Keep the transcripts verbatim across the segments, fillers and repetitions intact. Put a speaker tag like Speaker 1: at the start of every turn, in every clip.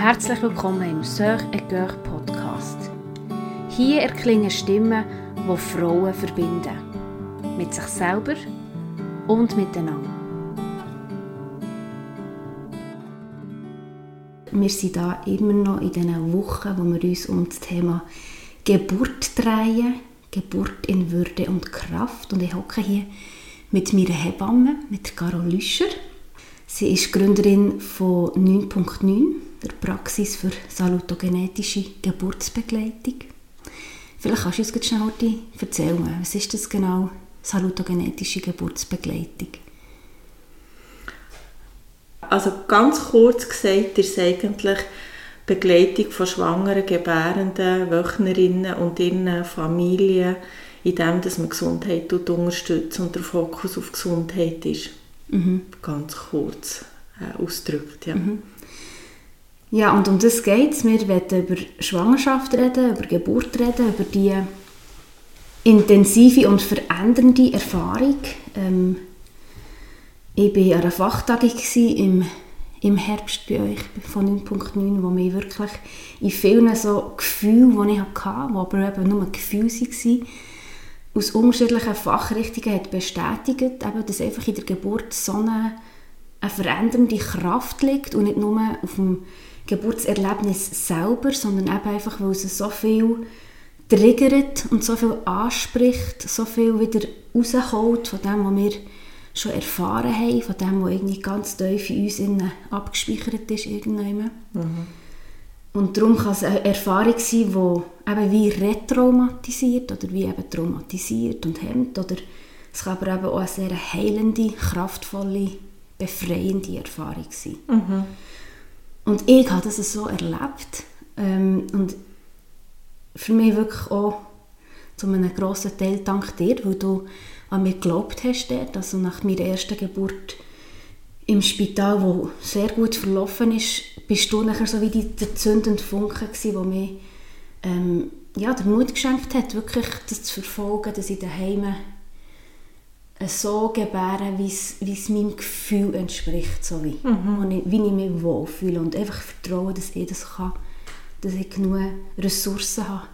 Speaker 1: Herzlich willkommen im Sœurs et Cœurs Podcast. Hier erklingen Stimmen, die Frauen verbinden. Mit sich selber und miteinander. Wir sind hier immer noch in diesen Wochen, wo wir uns um das Thema Geburt drehen. Geburt in Würde und Kraft. Und ich hocke hier mit meiner Hebamme, mit Carol Lüscher. Sie ist Gründerin von neun Punkt neun, der Praxis für salutogenetische Geburtsbegleitung. Vielleicht kannst du uns jetzt schnell heute erzählen, was ist das genau, salutogenetische Geburtsbegleitung?
Speaker 2: Also ganz kurz gesagt ist es eigentlich Begleitung von schwangeren, gebärenden, Wöchnerinnen und ihren Familien, indem man Gesundheit unterstützt und der Fokus auf Gesundheit ist. Mhm. Ganz kurz äh, ausgedrückt. Ja.
Speaker 1: Mhm. Ja, und um das geht es. Wir wollen über Schwangerschaft reden, über Geburt reden, über die intensive und verändernde Erfahrung. Ähm, ich war an einer Fachtagung im, im Herbst bei euch von neun Punkt neun, wo mich wirklich in vielen so Gefühlen, die ich hatte, die aber eben nur Gefühle waren, aus unterschiedlichen Fachrichtungen hat bestätigt, eben, dass einfach in der Geburt so eine, eine verändernde Kraft liegt und nicht nur auf dem Geburtserlebnis selber, sondern eben einfach, weil es so viel triggert und so viel anspricht, so viel wieder rausholt von dem, was wir schon erfahren haben, von dem, was irgendwie ganz tief in uns innen abgespeichert ist. Irgendwann. Mhm. Und darum kann es eine Erfahrung sein, die eben wie retraumatisiert oder wie eben traumatisiert und hemmt. Oder es kann aber eben auch eine sehr heilende, kraftvolle, befreiende Erfahrung sein. Mhm. Und ich habe das so erlebt. Ähm, und für mich wirklich auch zu einem grossen Teil dank dir, weil du an mich geglaubt hast dort. Also nach meiner ersten Geburt im Spital, wo sehr gut verlaufen ist, bist du nachher so wie die, der zündende Funke gewesen, der mir ähm, ja, den Mut geschenkt hat, wirklich das zu verfolgen, dass ich daheim so gebäre, wie es meinem Gefühl entspricht, so wie, mhm. ich, wie ich mich wohlfühle und einfach vertrauen, dass ich das kann, dass ich genug Ressourcen habe.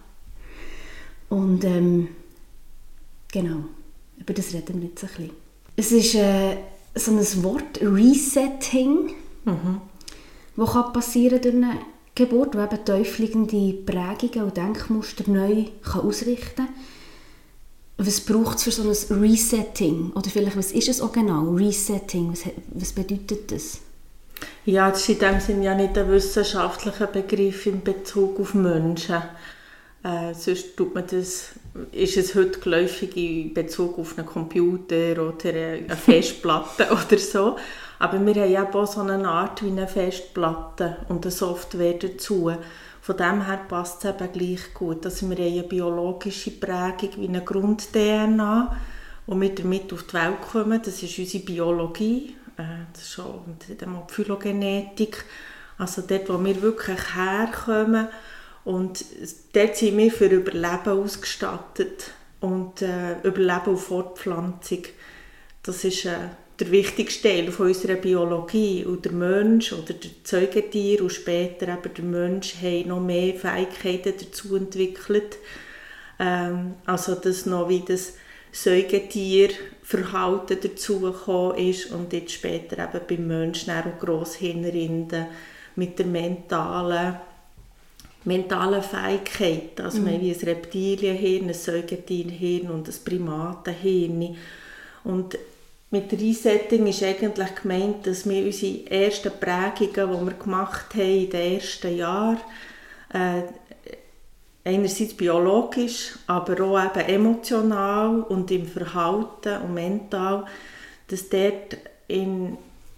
Speaker 1: Und ähm, genau, über das reden wir jetzt ein bisschen. Es ist äh, so ein Wort, Resetting, mhm. das kann passieren durch eine Geburt, wo eben tiefliegende Prägungen und Denkmuster neu kann ausrichten kann. Was braucht es für so ein Resetting? Oder vielleicht, was ist es auch genau, Resetting? Was, was bedeutet das?
Speaker 2: Ja, das ist in dem Sinne ja nicht ein wissenschaftlicher Begriff in Bezug auf Menschen. Äh, sonst tut man das, ist es heute geläufig in Bezug auf einen Computer oder eine Festplatte oder so. Aber wir haben ja auch so eine Art wie eine Festplatte und eine Software dazu. Von dem her passt es eben gleich gut. Also wir haben eine biologische Prägung wie eine Grund-D N A, und wir damit auf die Welt kommen. Das ist unsere Biologie, äh, das ist schon die Phylogenetik. Also dort, wo wir wirklich herkommen. Und dort sind wir für Überleben ausgestattet. Und äh, Überleben und Fortpflanzung, das ist äh, der wichtigste Teil von unserer Biologie. Und der Mensch oder der Säugetier und später eben der Mensch haben noch mehr Fähigkeiten dazu entwickelt. Ähm, also dass noch wie das Säugetierverhalten dazugekommen ist und jetzt später eben beim Menschen auch Grosshirnrinde mit der mentalen, mentalen Fähigkeit. Also mhm. wir haben wie ein Reptilienhirn, ein Säugetierhirn und ein Primatenhirn. Und mit Resetting ist eigentlich gemeint, dass wir unsere ersten Prägungen, die wir gemacht haben in den ersten Jahren, äh, einerseits biologisch, aber auch eben emotional und im Verhalten und mental, dass dort in,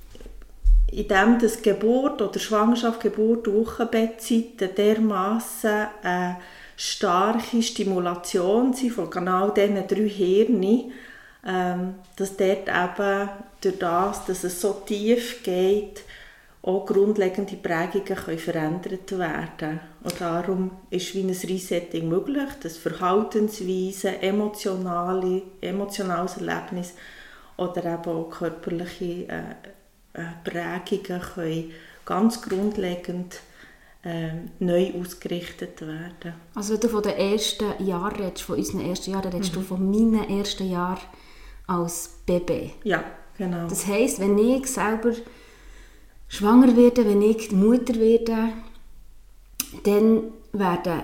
Speaker 2: in dem das Geburt oder Schwangerschaft, Geburt und Wochenbettzeiten dermassen eine starke Stimulation sind von genau diesen drei Hirnen, Ähm, dass dort eben durch das, dass es so tief geht, auch grundlegende Prägungen können verändert werden. Und darum ist wie ein Resetting möglich, dass Verhaltensweisen, emotionale, emotionales Erlebnis oder eben auch körperliche äh, äh, Prägungen können ganz grundlegend ähm, neu ausgerichtet werden.
Speaker 1: Also wenn du von den ersten Jahren redest, von unseren ersten Jahren, redest mhm. du von meinen ersten Jahren als Baby.
Speaker 2: Ja, genau.
Speaker 1: Das heisst, wenn ich selber schwanger werde, wenn ich Mutter werde, dann werden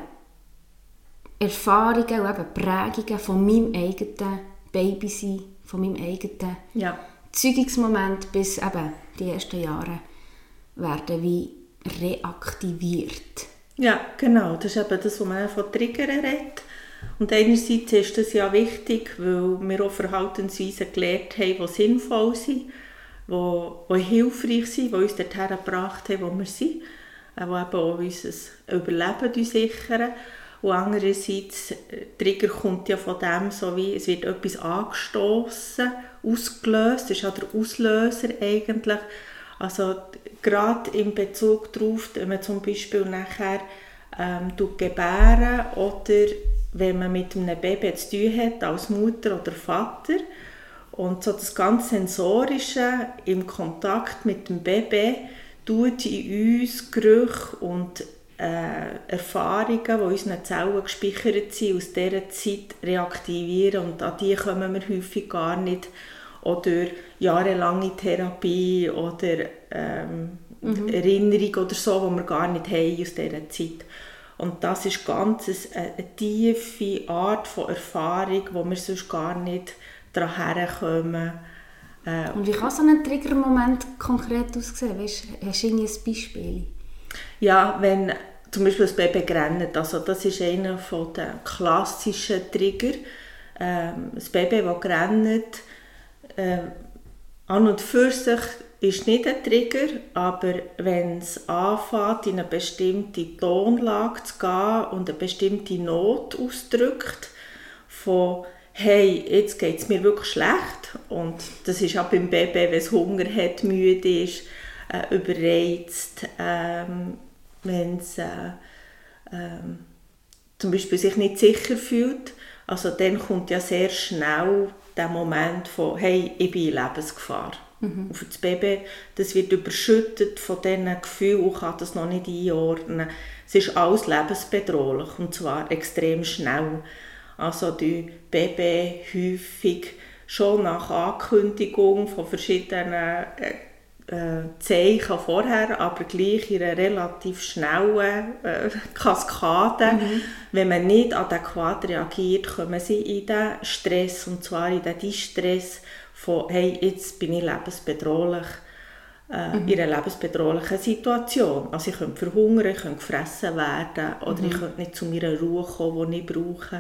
Speaker 1: Erfahrungen und eben Prägungen von meinem eigenen Babysein, von meinem eigenen
Speaker 2: ja.
Speaker 1: Zeugungsmoment bis eben die ersten Jahre werden wie reaktiviert.
Speaker 2: Ja, genau. Das ist eben das, was man von Triggern redet. Und einerseits ist das ja wichtig, weil wir auch Verhaltensweisen gelernt haben, die sinnvoll sind, die, die hilfreich sind, die uns dorthin gebracht haben, wo wir sind, die eben auch unser Überleben sichern. Und andererseits, der Trigger kommt ja von dem, so wie es wird etwas angestoßen, ausgelöst, das ist ja der Auslöser eigentlich. Also gerade in Bezug darauf, wenn man zum Beispiel nachher ähm, gebären oder wenn man mit einem Baby zu tun hat, als Mutter oder Vater, und so das ganze Sensorische im Kontakt mit dem Baby tut in uns Gerüche und äh, Erfahrungen, die in unseren Zellen gespeichert sind, aus dieser Zeit reaktivieren, und an die kommen wir häufig gar nicht, oder durch jahrelange Therapie oder ähm, mhm. Erinnerung oder so, die wir gar nicht haben aus dieser Zeit. Und das ist ganz eine, eine tiefe Art von Erfahrung, wo wir sonst gar nicht daran herkommen. Äh,
Speaker 1: Und wie kann so ein Triggermoment konkret aussehen? Weißt, hast du ein Beispiel?
Speaker 2: Ja, wenn zum Beispiel das Baby rennt, also das ist einer der klassischen Trigger. Ähm, das Baby, das rennt, äh, an und für sich ist nicht ein Trigger, aber wenn es anfängt, in eine bestimmte Tonlage zu gehen und eine bestimmte Not ausdrückt, von «Hey, jetzt geht es mir wirklich schlecht», und das ist auch beim Baby, wenn es Hunger hat, müde ist, äh, überreizt, ähm, wenn es äh, ähm, zum Beispiel sich nicht sicher fühlt, also dann kommt ja sehr schnell der Moment von «Hey, ich bin in Lebensgefahr». Mhm. Und für das Baby, das wird überschüttet von diesen Gefühlen und kann das noch nicht einordnen. Es ist alles lebensbedrohlich, und zwar extrem schnell. Also die Baby häufig schon nach Ankündigung von verschiedenen äh, äh, Zeichen vorher, aber gleich in einer relativ schnellen äh, Kaskade. Mhm. Wenn man nicht adäquat reagiert, kommen sie in den Stress, und zwar in den Distress von «Hey, jetzt bin ich lebensbedrohlich», äh, mhm. in einer lebensbedrohlichen Situation. Also ich könnte verhungern, ich könnte gefressen werden, oder mhm. ich könnte nicht zu meiner Ruhe kommen, die ich brauche.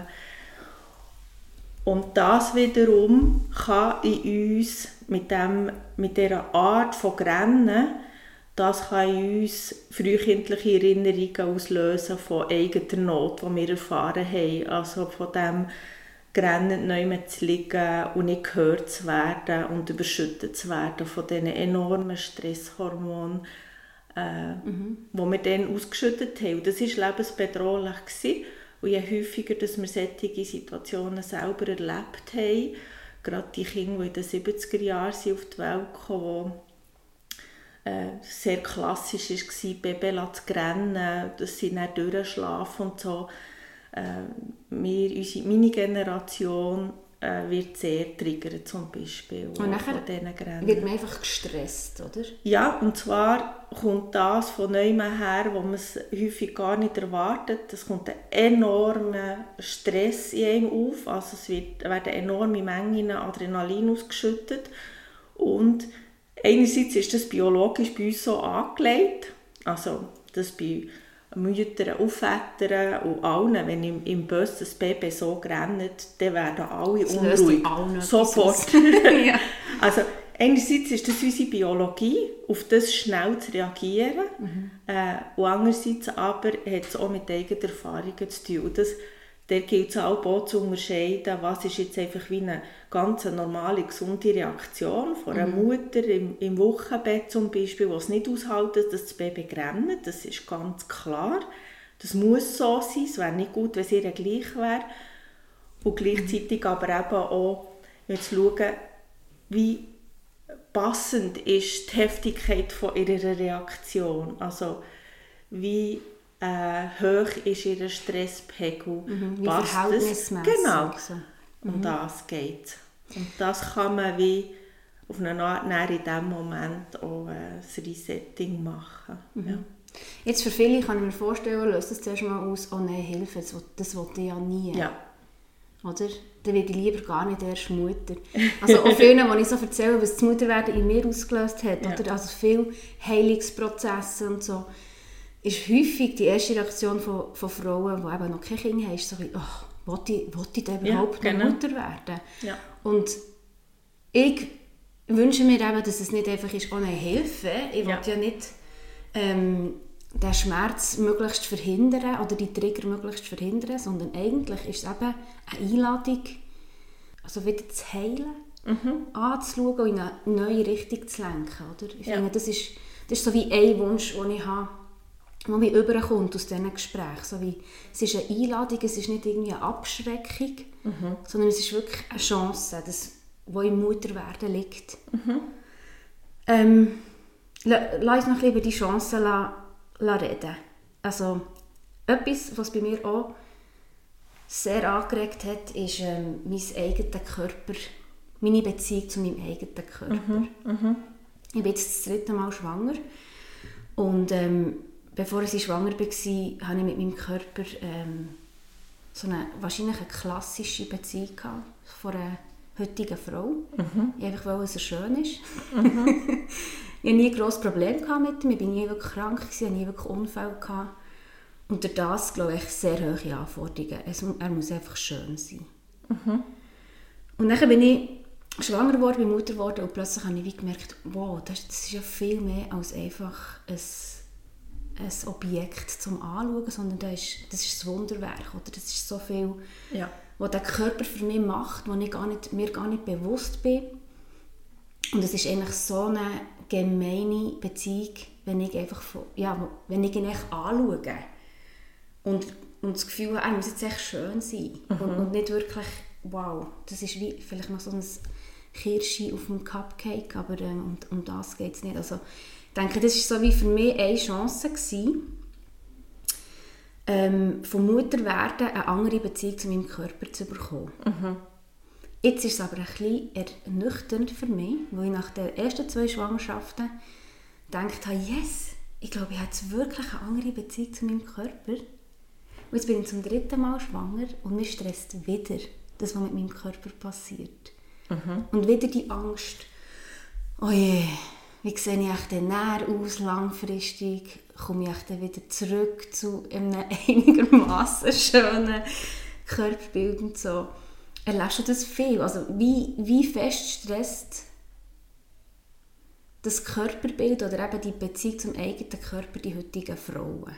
Speaker 2: Und das wiederum kann in uns, mit, dem, mit dieser Art von Grennen, das kann in uns frühkindliche Erinnerungen auslösen von eigener Not, die wir erfahren haben. Also von dem Grennen nicht mehr zu liegen und nicht gehört zu werden und überschüttet zu werden von diesen enormen Stresshormonen, äh, mhm. die wir dann ausgeschüttet haben. Und das war lebensbedrohlich gewesen. Und je häufiger, dass wir solche Situationen selber erlebt haben, gerade die Kinder, die in den siebziger Jahren auf die Welt kamen, wo äh, sehr klassisch war, Baby zu rennen, dass sie dann durchschlafen und so. Äh, wir, unsere, meine Generation äh, wird sehr triggert zum Beispiel.
Speaker 1: Und nachher wird man einfach gestresst, oder?
Speaker 2: Ja, und zwar kommt das von neuem her, wo man es häufig gar nicht erwartet. Es kommt ein enormer Stress in einem auf, also es wird, werden enorme Mengen Adrenalin ausgeschüttet. Und einerseits ist das biologisch bei uns so angelegt, also das bei Müttern, Vätern und allen, wenn im, im Bus das Baby so rennt, dann werden alle das unruhig. Sofort. Ja. Also einerseits ist das unsere Biologie, auf das schnell zu reagieren. Mhm. Äh, und andererseits aber hat es auch mit eigenen Erfahrungen zu tun. Und das, da gilt es auch zu unterscheiden, was ist jetzt einfach wie eine ganz normale, gesunde Reaktion von einer mhm. Mutter im, im Wochenbett zum Beispiel, die es nicht aushält, dass das Baby rennt. Das ist ganz klar. Das muss so sein. Es wäre nicht gut, wenn es ihr gleich wäre. Und gleichzeitig mhm. aber eben auch jetzt schauen, wie passend ist die Heftigkeit von ihrer Reaktion. Also wie äh, hoch ist ihr Stresspegel,
Speaker 1: mhm. Wie
Speaker 2: passt
Speaker 1: verhältnismäßig.
Speaker 2: Genau,
Speaker 1: so.
Speaker 2: um
Speaker 1: mhm.
Speaker 2: das geht es. Und das kann man wie auf eine Art in diesem Moment auch ein Resetting machen.
Speaker 1: Mhm.
Speaker 2: Ja.
Speaker 1: Jetzt für viele kann ich mir vorstellen, löst das zuerst mal aus, oh nein, Hilfe, das will, das will ich ja nie.
Speaker 2: Ja.
Speaker 1: Oder? Dann werde ich lieber gar nicht erst Mutter. Also auch vielen, wenn ich so erzähle, was das Mutterwerden in mir ausgelöst hat, ja. oder? Also viele Heilungsprozesse und so, ist häufig die erste Reaktion von, von Frauen, die eben noch kein Kind haben, ist so wie, oh, will ich, will ich denn überhaupt ja, genau. noch Mutter werden?
Speaker 2: Ja.
Speaker 1: Und ich wünsche mir eben, dass es nicht einfach ist, oh nein, Hilfe. Ich will ja, ja nicht ähm, den Schmerz möglichst verhindern oder die Trigger möglichst verhindern, sondern eigentlich ist es eben eine Einladung, also wieder zu heilen, mhm. anzuschauen und in eine neue Richtung zu lenken. Oder? Ich ja. finde, das ist, das ist so wie ein Wunsch, den ich habe, der mir überkommt aus diesen Gesprächen. So wie, es ist eine Einladung, es ist nicht irgendwie eine Abschreckung, mhm. sondern es ist wirklich eine Chance, das, die im Mutterwerden liegt. Mhm. Ähm, lass uns noch über die Chancen la, la reden. Also, etwas, was bei mir auch sehr angeregt hat, ist ähm, mein eigener Körper, meine Beziehung zu meinem eigenen Körper. Mhm. Mhm. Ich bin jetzt das dritte Mal schwanger und ähm, bevor ich schwanger war, hatte ich mit meinem Körper ähm, so eine wahrscheinlich eine klassische Beziehung gehabt, von einer heutigen Frau. Mhm. Ich wollte einfach, dass er schön ist. Mhm. Ich hatte nie ein grosses Problem mit ihm, ich war nie wirklich krank, ich hatte nie wirklich Unfälle. Und durch das, glaube ich, sehr hohe Anforderungen. Er muss einfach schön sein. Mhm. Und dann bin ich schwanger geworden, bin Mutter geworden und plötzlich habe ich gemerkt, wow, das, das ist ja viel mehr als einfach ein, ein Objekt zum Anschauen, sondern das ist, das ist ein Wunderwerk. Oder? Das ist so viel, ja. was der Körper für mich macht, was ich gar nicht, mir gar nicht bewusst bin. Und es ist eigentlich so eine gemeine Beziehung, wenn ich, einfach von, ja, wenn ich ihn echt anschaue. Und, und das Gefühl habe, er muss jetzt echt schön sein. Mhm. Und, und nicht wirklich, wow, das ist wie vielleicht noch so ein Kirsche auf dem Cupcake, aber ähm, um, um das geht es nicht. Also, ich denke, das war so wie für mich eine Chance gewesen, ähm, vom Mutterwerden eine andere Beziehung zu meinem Körper zu bekommen. Mhm. Jetzt ist es aber ein bisschen ernüchternd für mich, weil ich nach den ersten zwei Schwangerschaften gedacht habe, yes, ich glaube, ich habe jetzt wirklich eine andere Beziehung zu meinem Körper. Und jetzt bin ich zum dritten Mal schwanger und mich stresst wieder das, was mit meinem Körper passiert. Mhm. Und wieder die Angst, oh je, wie sehe ich denn näher aus langfristig? Komme ich dann wieder zurück zu einem einigermaßen schönen Körperbild und so. Erlebst du das viel? Also wie, wie fest stresst das Körperbild oder eben die Beziehung zum eigenen Körper die heutigen Frauen?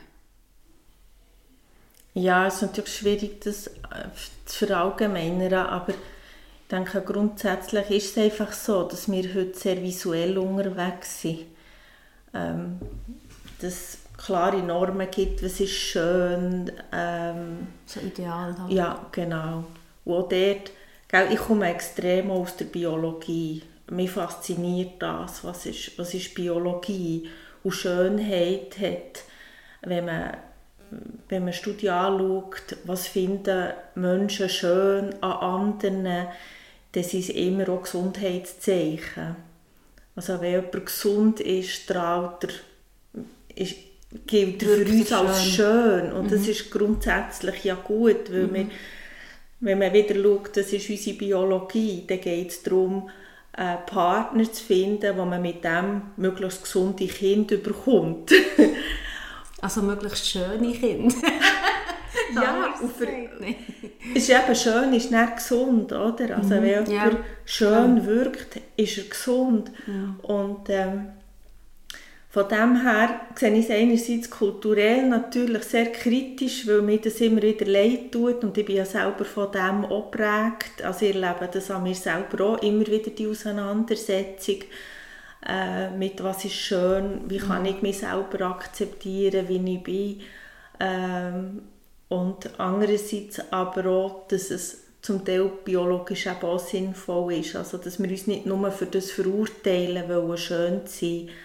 Speaker 2: Ja, es ist natürlich schwierig, das zu verallgemeinern, aber ich denke, grundsätzlich ist es einfach so, dass wir heute sehr visuell unterwegs sind. Ähm, dass es klare Normen gibt, was ist schön. Ähm,
Speaker 1: so ideal. Halt.
Speaker 2: Ja, genau. Und auch dort, ich komme extrem aus der Biologie. Mich fasziniert das, was ist, was ist Biologie. Und Schönheit hat, wenn man, wenn man Studien anschaut, was finden Menschen schön an anderen, dann sind es immer auch Gesundheitszeichen. Also wenn jemand gesund ist, strahlt er, ist, gilt er für uns als schön. Und mhm. das ist grundsätzlich ja gut, weil mhm. wir, wenn man wieder schaut, das ist unsere Biologie, dann geht es darum, einen Partner zu finden, wo man mit dem möglichst gesunde Kinder bekommt.
Speaker 1: Also möglichst schöne Kinder.
Speaker 2: Ja, und für, es ist eben schön, ist nicht gesund, oder? Also mhm. wenn jemand ja. schön ja. wirkt, ist er gesund. Ja. Und ähm, von dem her sehe ich es einerseits kulturell natürlich sehr kritisch, weil mir das immer wieder leid tut und ich bin ja selber von dem auch geprägt. Also ich erlebe das an mir selber auch immer wieder, die Auseinandersetzung äh, mit was ist schön, wie kann ich mich selber akzeptieren, wie ich bin. Ähm, und andererseits aber auch, dass es zum Teil biologisch eben auch sinnvoll ist, also dass wir uns nicht nur für das verurteilen wollen, schön zu sein,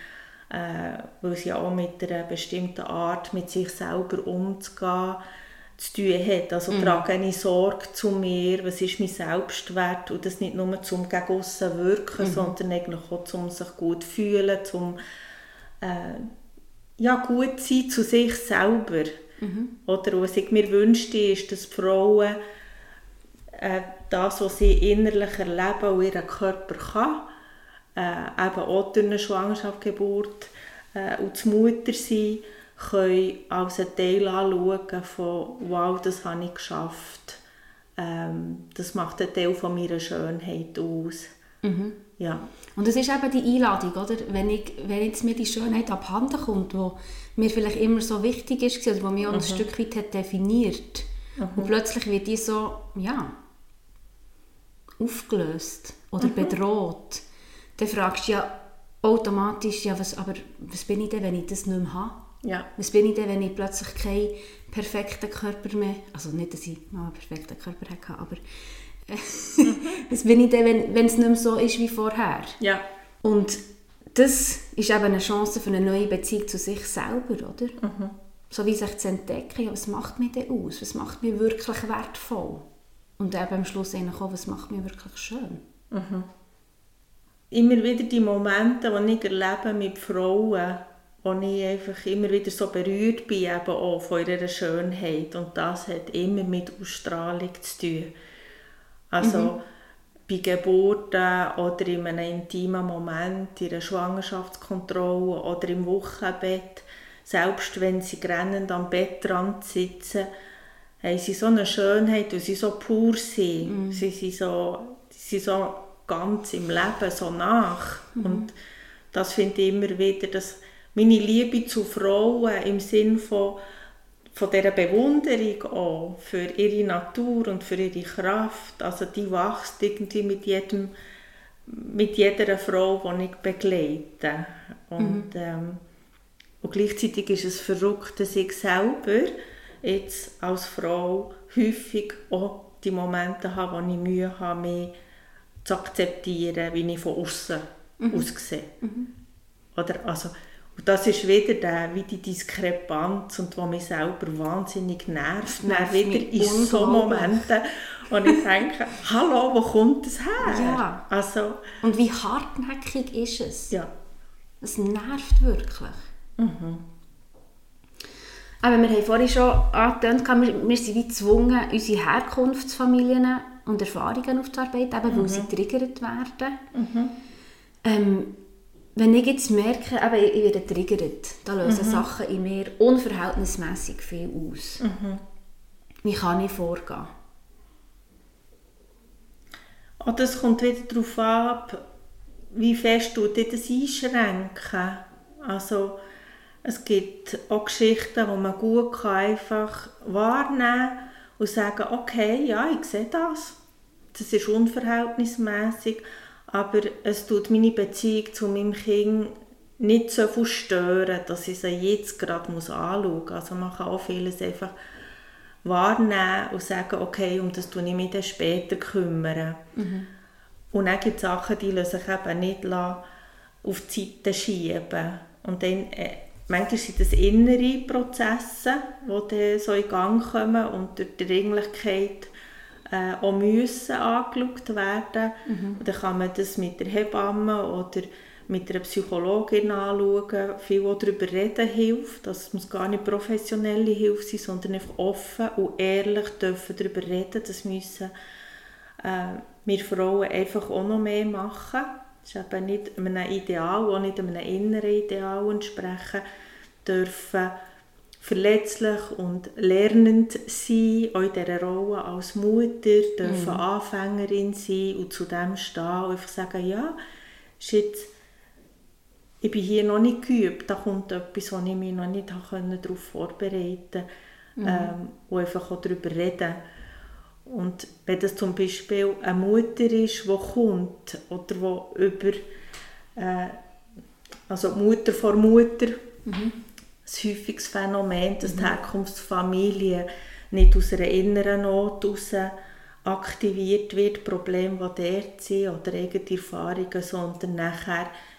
Speaker 2: äh, weil sie auch mit einer bestimmten Art, mit sich selber umzugehen, zu tun hat. Also mhm. trage ich Sorge zu mir, was ist mein Selbstwert und das nicht nur zum gegen aussen wirken, mhm. sondern eigentlich auch zum sich gut fühlen, zum äh, ja, gut sein zu sich selber. Mhm. Oder was ich mir wünschte, ist, dass die Frauen äh, das, was sie innerlich erleben und ihren Körper kann, äh, eben auch durch eine Schwangerschaft, Geburt äh, und das Muttersein, können als einen Teil anschauen von «Wow, das habe ich geschafft». Ähm, das macht einen Teil von meiner Schönheit aus. Mhm. Ja.
Speaker 1: Und das ist eben die Einladung, oder? Wenn, ich, wenn jetzt mir die Schönheit abhanden kommt, die mir vielleicht immer so wichtig ist, oder die mich auch mhm. ein Stück weit hat definiert. Mhm. Und plötzlich wird die so, ja, aufgelöst oder mhm. bedroht. Dann fragst du ja automatisch, ja, was, aber was bin ich denn, wenn ich das nicht mehr habe?
Speaker 2: Ja.
Speaker 1: Was bin ich denn, wenn ich plötzlich keinen perfekten Körper mehr, also nicht, dass ich mal einen perfekten Körper hatte, aber mhm. was bin ich denn, wenn, wenn es nicht mehr so ist wie vorher?
Speaker 2: Ja.
Speaker 1: Und das ist eben eine Chance für eine neue Beziehung zu sich selber, oder? Mhm. So wie sich zu entdecken, ja, was macht mich denn aus? Was macht mich wirklich wertvoll? Und eben am Schluss auch, was macht mich wirklich schön?
Speaker 2: Mhm. Immer wieder die Momente, die ich erlebe mit Frauen, wo ich einfach immer wieder so berührt bin, eben auch von ihrer Schönheit. Und das hat immer mit Ausstrahlung zu tun. Also mhm. bei Geburten oder in einem intimen Moment, in einer Schwangerschaftskontrolle oder im Wochenbett, selbst wenn sie grennend am Bettrand sitzen, haben sie so eine Schönheit, weil sie so pur sind. Mhm. Sie sind so, sie sind so ganz im Leben, so nach. Mhm. Und das finde ich immer wieder, dass meine Liebe zu Frauen im Sinne von, von dieser Bewunderung auch für ihre Natur und für ihre Kraft, also die wächst irgendwie mit, jedem, mit jeder Frau, die ich begleite. Und, mhm. ähm, und gleichzeitig ist es verrückt, dass ich selber jetzt als Frau häufig auch die Momente habe, wo ich Mühe habe, mich zu akzeptieren, wie ich von außen mhm. aussehe. Mhm. Oder, also, und das ist wieder der, wie die Diskrepanz, und was mich selber wahnsinnig nervt. nervt wieder in so Momenten, wo ich denke, hallo, wo kommt das her?
Speaker 1: Ja.
Speaker 2: Also,
Speaker 1: und wie hartnäckig ist es?
Speaker 2: Ja.
Speaker 1: Es nervt wirklich.
Speaker 2: Mhm.
Speaker 1: Aber wir haben vorhin schon angetönt, wir, wir sind wie gezwungen, unsere Herkunftsfamilien und Erfahrungen aufzuarbeiten, eben, mhm. weil sie getriggert werden. Mhm. Ähm, wenn ich jetzt merke, eben, ich werde getriggert, da lösen mhm. Sachen in mir unverhältnismäßig viel aus. Mhm. Wie kann ich vorgehen?
Speaker 2: Oh, das kommt wieder darauf ab, wie fest du dir das einschränken. Also, es gibt auch Geschichten, die man gut kann einfach wahrnehmen kann und sagen, okay, ja, ich sehe das. Das ist unverhältnismäßig, aber es tut meine Beziehung zu meinem Kind nicht so viel stören, dass ich sie jetzt gerade anschauen muss. Also man kann auch vieles einfach wahrnehmen und sagen, okay, um das kümmere ich mich dann später kümmern. Mhm. Und dann gibt es Sachen, die lassen sich eben nicht auf die Seite schieben. Und dann, äh, manchmal sind das innere Prozesse, die dann so in Gang kommen und durch die Dringlichkeit äh, auch müssen angeschaut werden. Mhm. Und dann kann man das mit der Hebamme oder mit einer Psychologin anschauen. Viel darüber reden hilft. Das muss gar nicht professionelle Hilfe sein, sondern einfach offen und ehrlich dürfen darüber reden. Das müssen äh, wir Frauen einfach auch noch mehr machen. Das ist eben nicht einem Ideal, auch nicht einem inneren Ideal entsprechen, dürfen verletzlich und lernend sein, auch in dieser Rolle als Mutter, dürfen mhm. Anfängerin sein und zu dem stehen und einfach sagen, ja, ist jetzt, ich bin hier noch nicht geübt, da kommt etwas, wo ich mich noch nicht darauf vorbereiten konnte, mhm. ähm, und einfach auch darüber reden. Und wenn das zum Beispiel eine Mutter ist, die kommt, oder die über, äh, also Mutter vor Mutter, mhm. ein häufiges Phänomen, dass mhm. die Herkunftsfamilie nicht aus einer inneren Not heraus aktiviert wird, Probleme, die dort sind, oder eigene Erfahrungen, sondern nachher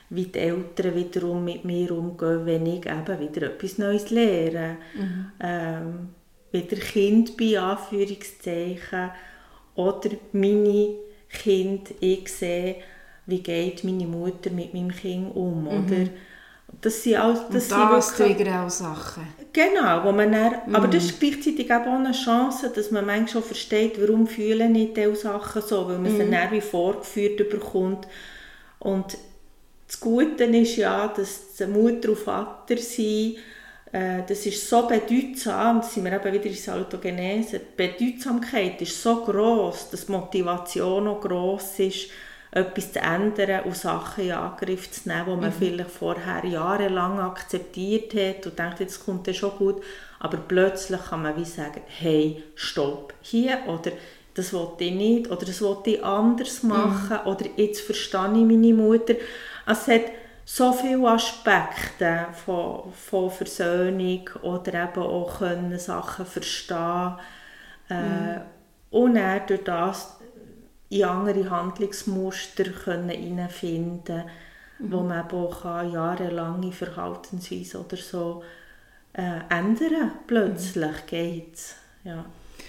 Speaker 2: wie die Eltern wiederum mit mir umgehen, wenn ich eben wieder etwas Neues lehre. Mhm. Ähm, wieder Kind bei Anführungszeichen oder meine Kinder, ich sehe, wie geht meine Mutter mit meinem Kind um, mhm. oder? Das sind auch, das
Speaker 1: und das triggern auch Sachen.
Speaker 2: Genau, wo man dann,
Speaker 1: mhm.
Speaker 2: aber das ist gleichzeitig auch eine Chance, dass man manchmal schon versteht, warum fühlen nicht diese Sachen so, weil man mhm. sie dann wie vorgeführt bekommt. Und das Gute ist ja, dass die Mutter und Vater sind, äh, das ist so bedeutsam, da sind wir eben wieder in Salutogenese, die Bedeutsamkeit ist so gross, dass die Motivation auch gross ist, etwas zu ändern und Sachen in Angriff zu nehmen, die man mhm. vielleicht vorher jahrelang akzeptiert hat und denkt, jetzt kommt das schon gut, aber plötzlich kann man wie sagen, hey, stopp, hier, oder das will ich nicht, oder das will ich anders machen, mhm. oder jetzt verstehe ich meine Mutter. Also es hat so viele Aspekte von, von Versöhnung oder eben auch können Sachen verstehen äh, mhm. und dann durch das in andere Handlungsmuster hineinfinden können, mhm. wo man auch jahrelange Verhaltensweise oder so äh, ändern. Plötzlich mhm. geht es. Ja.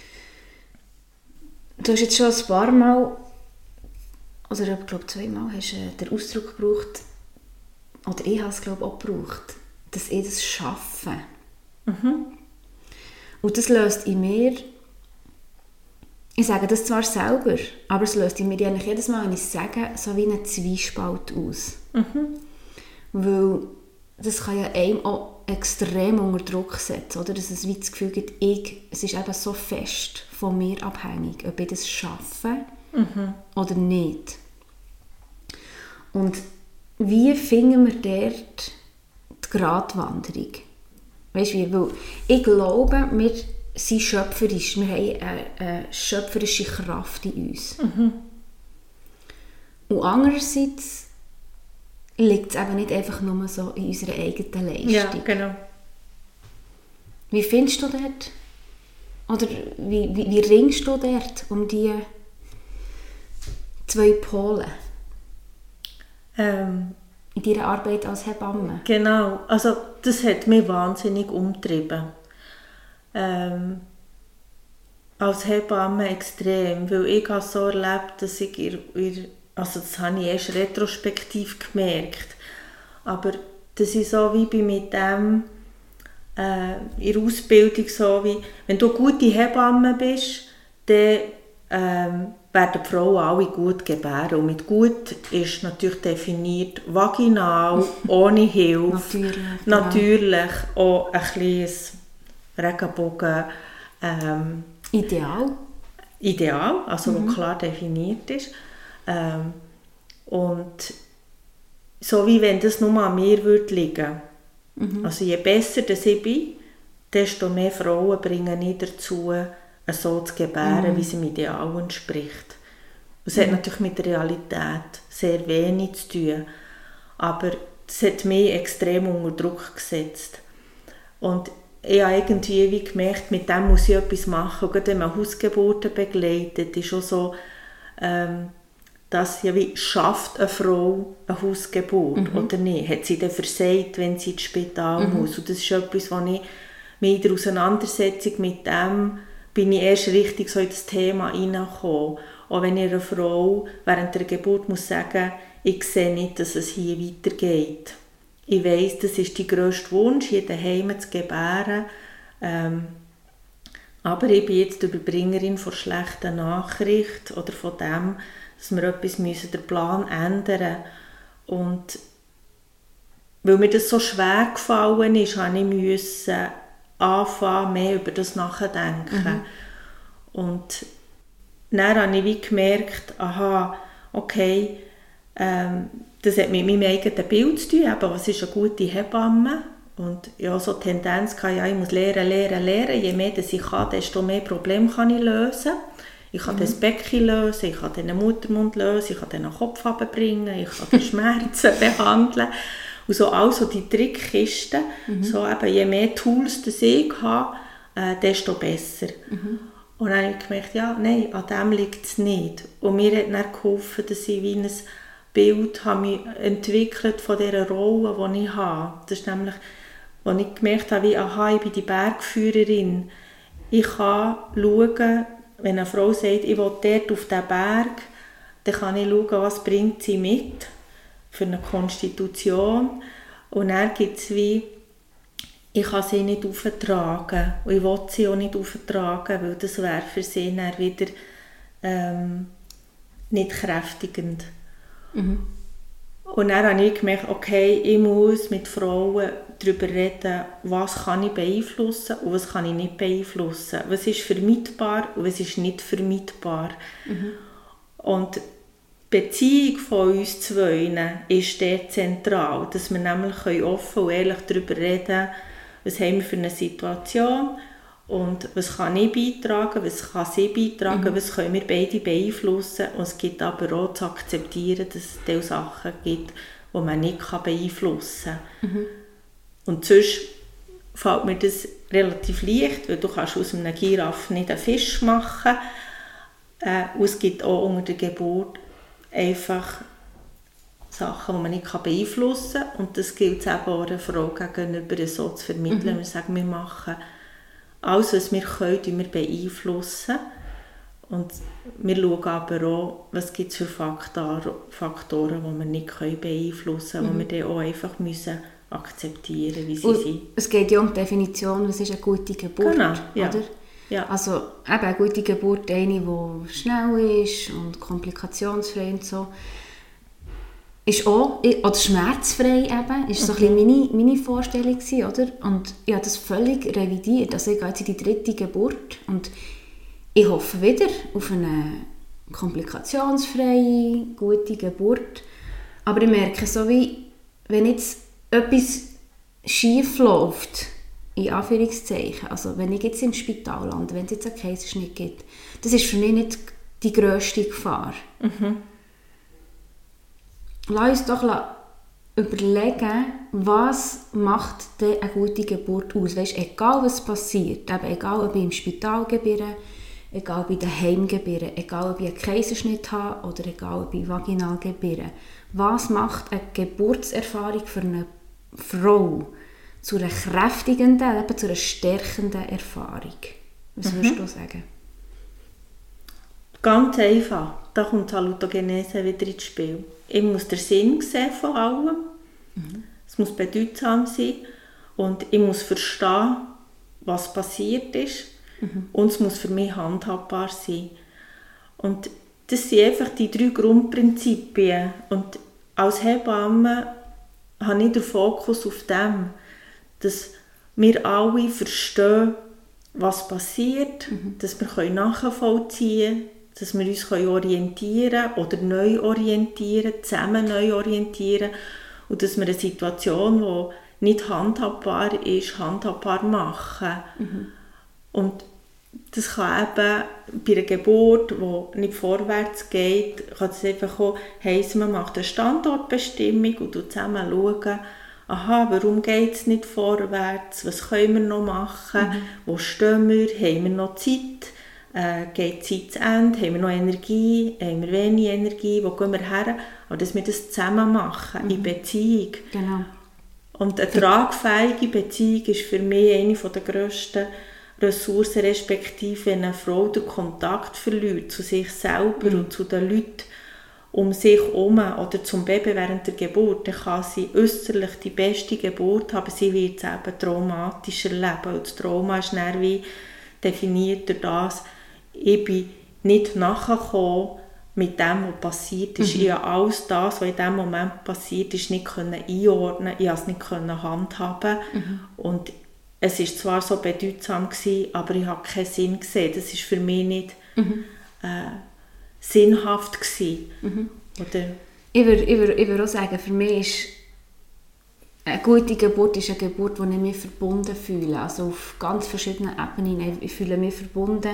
Speaker 1: Du hast jetzt schon ein paar Mal, oder ich glaube zweimal, hast du den Ausdruck gebraucht, oder ich habe es glaube auch gebraucht, dass ich das schaffe. Mhm. Und das löst in mir, ich sage das zwar selber, aber es löst in mir eigentlich jedes Mal, wenn ich es sage, so wie einen Zwiespalt aus. Mhm. Weil das kann ja einem auch extrem unter Druck setzen, oder? Dass es wie das Gefühl gibt, ich, es ist eben so fest von mir abhängig, ob ich das schaffe mhm. oder nicht. Und wie finden wir dort die Gratwanderung? Weißt du wie? Weil ich glaube, wir sind schöpferisch, wir haben eine, eine schöpferische Kraft in uns. Mhm. Und andererseits liegt es eben nicht einfach nur so in unserer eigenen Leistung.
Speaker 2: Ja, genau.
Speaker 1: Wie findest du dort? Oder wie, wie, wie ringst du dort um die zwei Pole?
Speaker 2: Ähm,
Speaker 1: in deiner Arbeit als Hebamme?
Speaker 2: Genau, also das hat mich wahnsinnig umgetrieben. Ähm, als Hebamme extrem, weil ich habe so erlebt, dass ich ihr, ihr, also das habe ich erst retrospektiv gemerkt, aber das ist so wie bei mit dem äh, in der Ausbildung so wie, wenn du eine gute Hebamme bist, dann ähm, werden die Frauen alle gut gebären. Und mit gut ist natürlich definiert vaginal, ohne Hilfe,
Speaker 1: natürlich,
Speaker 2: natürlich auch ein kleines Regenbogen ähm,
Speaker 1: Ideal.
Speaker 2: Ideal, also
Speaker 1: mhm.
Speaker 2: wo klar definiert ist. Ähm, und so wie wenn das nur an mir würde liegen. Mhm. Also je besser das ich bin, desto mehr Frauen bringen ich dazu, so zu gebären, mhm. wie es im Ideal entspricht. Das mhm. hat natürlich mit der Realität sehr wenig zu tun, aber das hat mich extrem unter Druck gesetzt. Und ich habe irgendwie wie gemerkt, mit dem muss ich etwas machen. Und gerade wenn man Hausgeburten begleitet, ist auch so, ähm, dass ja wie schafft eine Frau eine Hausgeburt mhm. oder nicht? Hat sie dann versagt, wenn sie ins Spital mhm. muss? Und das ist etwas, wo ich mich in der Auseinandersetzung mit dem bin ich erst richtig so in das Thema hineingekommen. Auch wenn ich einer Frau während der Geburt muss sagen, ich sehe nicht, dass es hier weitergeht. Ich weiss, das ist der grösste Wunsch, hier daheim zu gebären. Ähm, aber ich bin jetzt die Überbringerin von schlechten Nachricht oder von dem, dass wir etwas müssen, den Plan ändern müssen. Und weil mir das so schwer gefallen ist, habe ich müssen anfangen, mehr über das nachzudenken. Mhm. Und dann habe ich wie gemerkt, aha, okay, ähm, das hat mit meinem eigenen Bild zu tun, eben, was ist eine gute Hebamme? Und ja, so die Tendenz hatte, ja, ich muss lernen, lernen, lernen. Je mehr das ich kann, desto mehr Probleme kann ich lösen. Ich kann mhm. das Becken lösen, ich kann den Muttermund lösen, ich kann den Kopf runterbringen, ich kann die Schmerzen behandeln. Und so all so die Trickkisten, mhm. so eben, je mehr Tools das ich habe, äh, desto besser. Mhm. Und dann habe ich gemerkt, ja, nein, an dem liegt es nicht. Und mir hat dann geholfen, dass ich wie ein Bild habe mich entwickelt von dieser Rolle, die ich habe. Das ist nämlich, als ich gemerkt habe, wie, aha, ich bin die Bergführerin. Ich kann schauen, wenn eine Frau sagt, ich will dort auf diesen Berg, dann kann ich schauen, was bringt sie mit für eine Konstitution. Und dann gibt es wie, ich kann sie nicht auftragen. Und ich will sie auch nicht auftragen, weil das wäre für sie dann wieder ähm, nicht kräftigend. Mhm. Und dann habe ich gemerkt, okay, ich muss mit Frauen darüber reden, was kann ich beeinflussen und was kann ich nicht beeinflussen. Was ist vermeidbar und was ist nicht vermeidbar. Mhm. Und die Beziehung von uns zwei ist dort zentral, dass wir nämlich offen und ehrlich darüber reden können, was haben wir für eine Situation und was kann ich beitragen, was kann sie beitragen, mhm. was können wir beide beeinflussen. Und es gibt aber auch zu akzeptieren, dass es diese Sachen gibt, die man nicht beeinflussen kann. Mhm. Und sonst fällt mir das relativ leicht, weil du kannst aus einem Giraffe nicht einen Fisch machen. Äh, und es gibt auch unter der Geburt einfach Sachen, die man nicht beeinflussen kann. Und das gilt es eben auch einer Frau gegenüber so zu vermitteln. Mhm. Wir sagen, wir machen alles, was wir können, wir beeinflussen. Und wir schauen aber auch, was gibt es für Faktoren, Faktoren, die wir nicht beeinflussen können, mhm. die wir dann auch einfach müssen akzeptieren, wie sie
Speaker 1: und
Speaker 2: sind.
Speaker 1: Es geht ja um die Definition, was ist eine gute Geburt,
Speaker 2: genau, ja.
Speaker 1: oder?
Speaker 2: Ja.
Speaker 1: Also eben eine gute Geburt, eine, die schnell ist und komplikationsfrei und so, ist auch, oder schmerzfrei eben, ist so mhm. ein bisschen meine, meine Vorstellung gewesen, oder? Und ich habe das völlig revidiert, also ich gehe jetzt in die dritte Geburt und ich hoffe wieder auf eine komplikationsfreie, gute Geburt, aber ich merke so wie, wenn jetzt etwas schief läuft, in Anführungszeichen, also wenn ich jetzt im Spital lande, wenn es jetzt einen Kaiserschnitt gibt, das ist für mich nicht die grösste Gefahr. Mhm. Lass uns doch überlegen, was macht denn eine gute Geburt aus? Weißt, egal was passiert, eben egal ob ich im Spital gebäre, egal ob ich daheim gebäre, egal ob ich einen Kaiserschnitt habe oder egal ob ich vaginal gebäre, was macht eine Geburtserfahrung für eine Frau zu einer kräftigenden, eben zu einer stärkenden Erfahrung? Was mhm. würdest du sagen?
Speaker 2: Ganz einfach. Da kommt Salutogenese wieder ins Spiel. Ich muss den Sinn sehen von allem. Mhm. Es muss bedeutsam sein. Und ich muss verstehen, was passiert ist. Mhm. Und es muss für mich handhabbar sein. Und das sind einfach die drei Grundprinzipien. Und als Hebamme habe ich den Fokus auf dem, dass wir alle verstehen, was passiert, mhm. dass wir nachvollziehen können, dass wir uns orientieren können oder neu orientieren, zusammen neu orientieren und dass wir eine Situation, die nicht handhabbar ist, handhabbar machen. Mhm. Und das kann eben bei einer Geburt, die nicht vorwärts geht, kann es einfach auch heissen, man macht eine Standortbestimmung und zusammen schauen, aha, warum geht es nicht vorwärts, was können wir noch machen, mhm. wo stehen wir, haben wir noch Zeit, äh, geht die Zeit zu Ende, haben wir noch Energie, haben wir wenig Energie, wo gehen wir her, aber dass wir das zusammen machen, mhm. in Beziehung.
Speaker 1: Genau.
Speaker 2: Und eine tragfähige Beziehung ist für mich eine der grössten Ressourcen, respektive wenn eine Frau den Kontakt verliert zu sich selber mhm. und zu den Leuten um sich herum oder zum Baby während der Geburt, dann kann sie äußerlich die beste Geburt haben, aber sie wird es eben traumatisch erleben. Und das Trauma ist dann wie definiert durch das, ich bin nicht nachgekommen mit dem, was passiert ist. Mhm. Ich konnte alles das, was in diesem Moment passiert ist, nicht einordnen, ich konnte es nicht handhaben. Mhm. Und es war zwar so bedeutsam gewesen, aber ich habe keinen Sinn gesehen. Das war für mich nicht mhm. äh, sinnhaft gewesen. Mhm. Oder?
Speaker 1: Ich würde ich würd, ich würd auch sagen, für mich ist eine gute Geburt ist eine Geburt, wo ich mich verbunden fühle. Also auf ganz verschiedenen Ebenen. Ich fühle mich verbunden,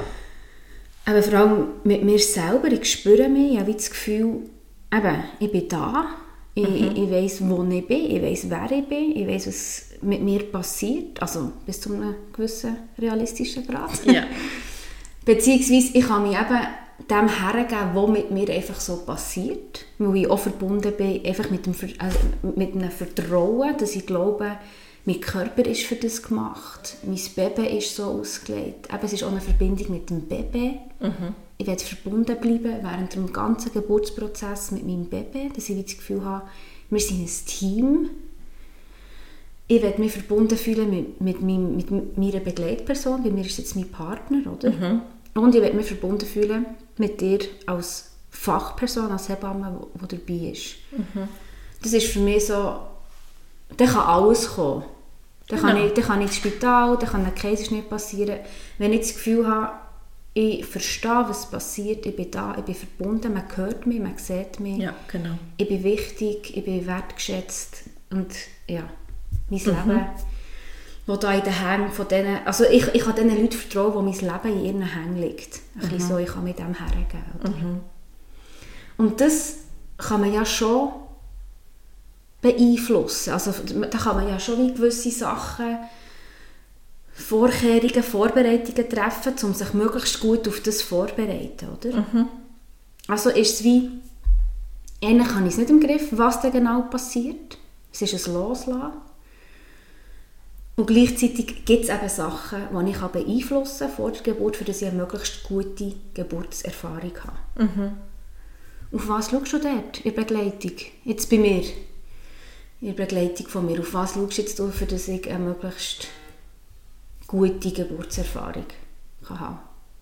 Speaker 1: aber vor allem mit mir selber. Ich spüre mich, ich habe das Gefühl, eben, ich bin da. Ich, mhm. ich weiss, wo ich bin, ich weiss, wer ich bin, ich weiss, was mit mir passiert. Also bis zu einem gewissen realistischen Grad.
Speaker 2: Ja.
Speaker 1: Beziehungsweise ich kann mich eben dem hergeben, was mit mir einfach so passiert, weil ich auch verbunden bin einfach mit, dem, also mit einem Vertrauen, dass ich glaube, mein Körper ist für das gemacht, mein Baby ist so ausgelegt. Eben, es ist auch eine Verbindung mit dem Baby. Mhm. Ich werde verbunden bleiben während dem ganzen Geburtsprozess mit meinem Baby, dass ich das Gefühl habe, wir sind ein Team. Ich werde mich verbunden fühlen mit, mit, meinem, mit meiner Begleitperson, bei mir ist jetzt mein Partner, oder? Mhm. Und ich werde mich verbunden fühlen mit dir als Fachperson, als Hebamme, die dabei ist. Mhm. Das ist für mich so, da kann alles kommen. Dann kann, genau. ich, dann kann ich ins Spital, dann kann ein Kaiserschnitt passieren. Wenn ich das Gefühl habe, ich verstehe, was passiert, ich bin da, ich bin verbunden, man hört mich, man sieht mich.
Speaker 2: Ja, genau.
Speaker 1: Ich bin wichtig, ich bin wertgeschätzt und ja, mein mhm. Leben, das da in den Händen von denen, also ich, ich kann diesen Leuten vertrauen, wo mein Leben in ihren Händen liegt. Ein mhm. so, ich kann mit dem hergeben. Mhm. Und das kann man ja schon beeinflussen. Also da kann man ja schon wie gewisse Sachen, Vorkehrungen, Vorbereitungen treffen, um sich möglichst gut auf das vorzubereiten, oder? Mhm. Also ist es wie, eigentlich habe ich es nicht im Griff, was da genau passiert. Es ist ein Loslassen. Und gleichzeitig gibt es eben Sachen, die ich beeinflussen kann vor der Geburt, für dass ich eine möglichst gute Geburtserfahrung habe. Mhm. Auf was schaust du dort in der Begleitung? Jetzt bei mir. In der Begleitung von mir. Auf was schaust du jetzt, für dass ich eine möglichst gute Geburtserfahrung kann haben?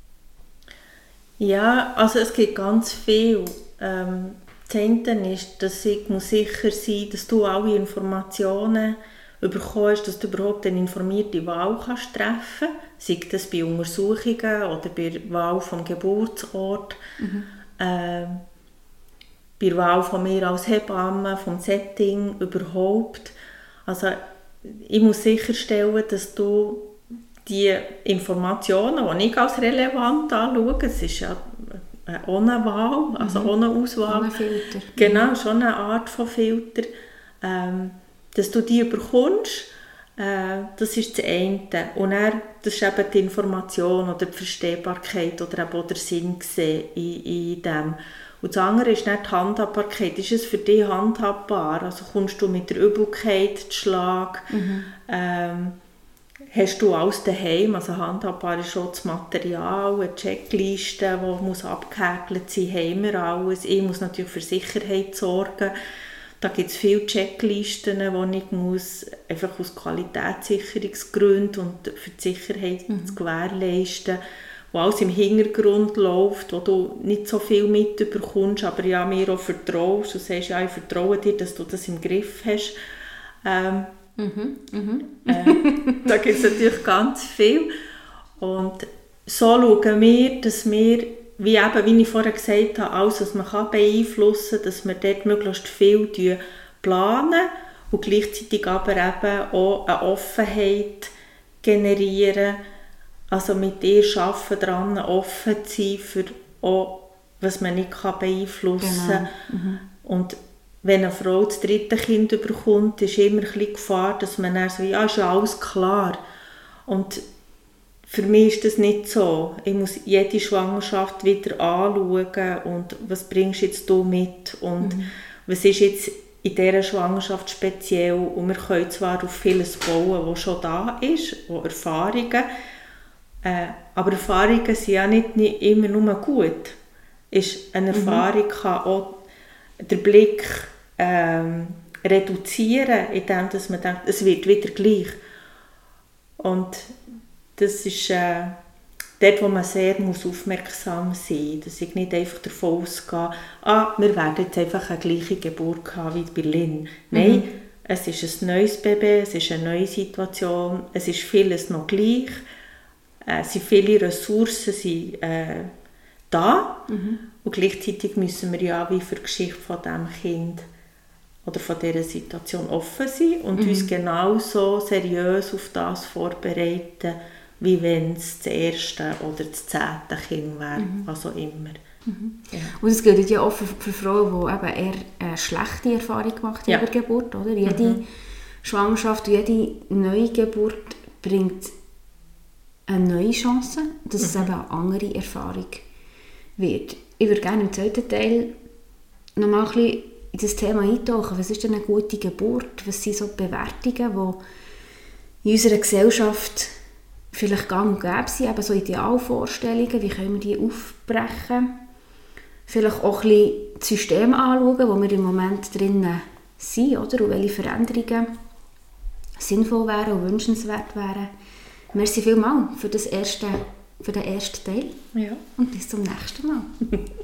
Speaker 2: Ja, also es gibt ganz viel. Ähm, das eine ist, dass ich muss sicher sein muss, dass du alle Informationen bekommst, dass du überhaupt eine informierte Wahl kannst treffen kannst, sei das bei Untersuchungen oder bei der Wahl vom Geburtsort, mhm. ähm, bei der Wahl von mir als Hebamme, vom Setting überhaupt. Also ich muss sicherstellen, dass du die Informationen, die ich als relevant anschaue, es ist ja ohne Wahl, also mhm. ohne Auswahl,
Speaker 1: ohne Filter.
Speaker 2: Genau, schon eine Art von Filter, ähm, dass du die bekommst, äh, das ist das eine. Und dann, das ist eben die Information oder die Verstehbarkeit oder eben auch der Sinn gesehen in, in dem. Und das andere ist nicht die Handhabbarkeit. Ist es für dich handhabbar? Also kommst du mit der Übelkeit zu Schlag? Mhm. Ähm, hast du alles daheim? Also handhabbar ist schon das Material, eine Checkliste, die muss abgehäkelt sein, haben wir alles. Ich muss natürlich für Sicherheit sorgen. Da gibt es viele Checklisten, die ich muss, einfach aus Qualitätssicherungsgründen und für die Sicherheit mhm. zu gewährleisten, wo alles im Hintergrund läuft, wo du nicht so viel mitbekommst, aber ja mir auch vertraust. Du sagst, ja, ich vertraue dir, dass du das im Griff hast. Ähm, mhm. Mhm. Äh, da gibt es natürlich ganz viel. Und so schauen wir, dass wir, wie, eben, wie ich vorher gesagt habe, alles, was man kann beeinflussen kann, dass wir dort möglichst viel planen und gleichzeitig aber eben auch eine Offenheit generieren. Also mit dir arbeiten, daran offen zu sein für auch, was man nicht beeinflussen kann. Genau. Mhm. Und wenn eine Frau das dritte Kind bekommt, ist immer ein bisschen Gefahr, dass man dann so, ja, ist ja alles klar. Und für mich ist das nicht so. Ich muss jede Schwangerschaft wieder anschauen und was bringst jetzt du mit und mhm. was ist jetzt in dieser Schwangerschaft speziell. Und wir können zwar auf vieles bauen, was schon da ist, wo Erfahrungen, äh, aber Erfahrungen sind ja nicht, nicht immer nur gut. Ist eine Erfahrung mhm. kann auch den Blick ähm, reduzieren, indem dass man denkt, es wird wieder gleich. Und das ist äh, dort, wo man sehr muss aufmerksam sein muss, dass ich nicht einfach davon ausgehe, ah, wir werden jetzt einfach eine gleiche Geburt haben wie in Berlin. Nein, mhm. es ist ein neues Baby, es ist eine neue Situation, es ist vieles noch gleich, äh, es sind viele Ressourcen sind, äh, da mhm. und gleichzeitig müssen wir ja wie für die Geschichte von diesem Kind oder von dieser Situation offen sein und mhm. uns genauso seriös auf das vorbereiten, wie wenn es das erste oder das zehnte Kind wäre, mhm. was auch immer.
Speaker 1: Mhm. Ja. Und es gilt ja auch für, für Frauen, die eben eher eine schlechte Erfahrung gemacht haben ja. über Geburt. Oder? Jede mhm. Schwangerschaft und jede Neugeburt bringt eine neue Chance, dass mhm. es eben eine andere Erfahrung wird. Ich würde gerne im zweiten Teil noch mal ein bisschen in das Thema eintauchen. Was ist denn eine gute Geburt? Was sind so die Bewertungen, die in unserer Gesellschaft vielleicht gang und gäbe sind, eben so Idealvorstellungen, wie können wir die aufbrechen? Vielleicht auch ein bisschen das System anschauen, wo wir im Moment drinnen sind, oder? Und welche Veränderungen sinnvoll wären und wünschenswert wären. Merci vielmals für, das erste, für den ersten Teil.
Speaker 2: Ja.
Speaker 1: Und bis zum nächsten Mal.